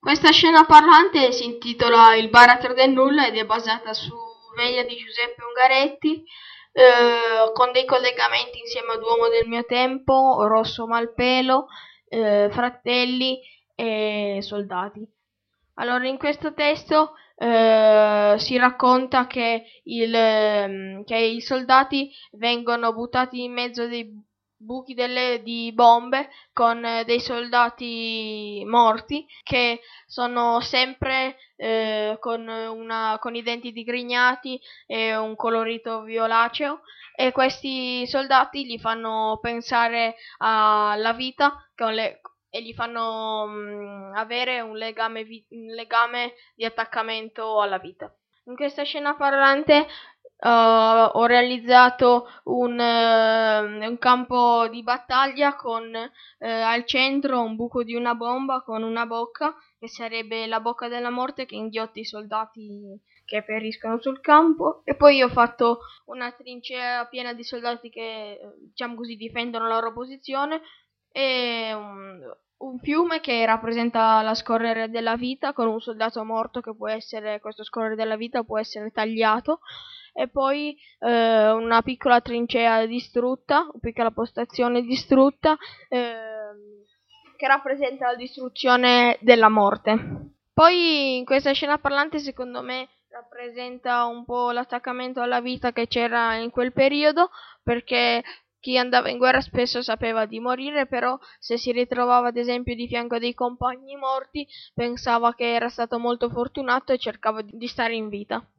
Questa scena parlante si intitola Il baratro del nulla ed è basata su Veglia di Giuseppe Ungaretti, con dei collegamenti insieme ad Uomo del mio tempo, Rosso Malpelo, Fratelli e Soldati. Allora, in questo testo si racconta che che i soldati vengono buttati in mezzo dei buchi di bombe con dei soldati morti che sono sempre con i denti digrignati e un colorito violaceo, e questi soldati li fanno pensare alla vita e gli fanno avere un legame di attaccamento alla vita. In questa scena parlante ho realizzato un campo di battaglia con al centro un buco di una bomba con una bocca, che sarebbe la bocca della morte, che inghiotte i soldati che periscono sul campo, e poi ho fatto una trincea piena di soldati che, diciamo così, difendono la loro posizione, e un fiume che rappresenta la scorrere della vita, con un soldato morto che questo scorrere della vita può essere tagliato, e poi una piccola trincea distrutta, una piccola postazione distrutta, che rappresenta la distruzione della morte. Poi in questa scena parlante, secondo me, rappresenta un po' l'attaccamento alla vita che c'era in quel periodo, perché chi andava in guerra spesso sapeva di morire, però se si ritrovava ad esempio di fianco a dei compagni morti pensava che era stato molto fortunato e cercava di stare in vita.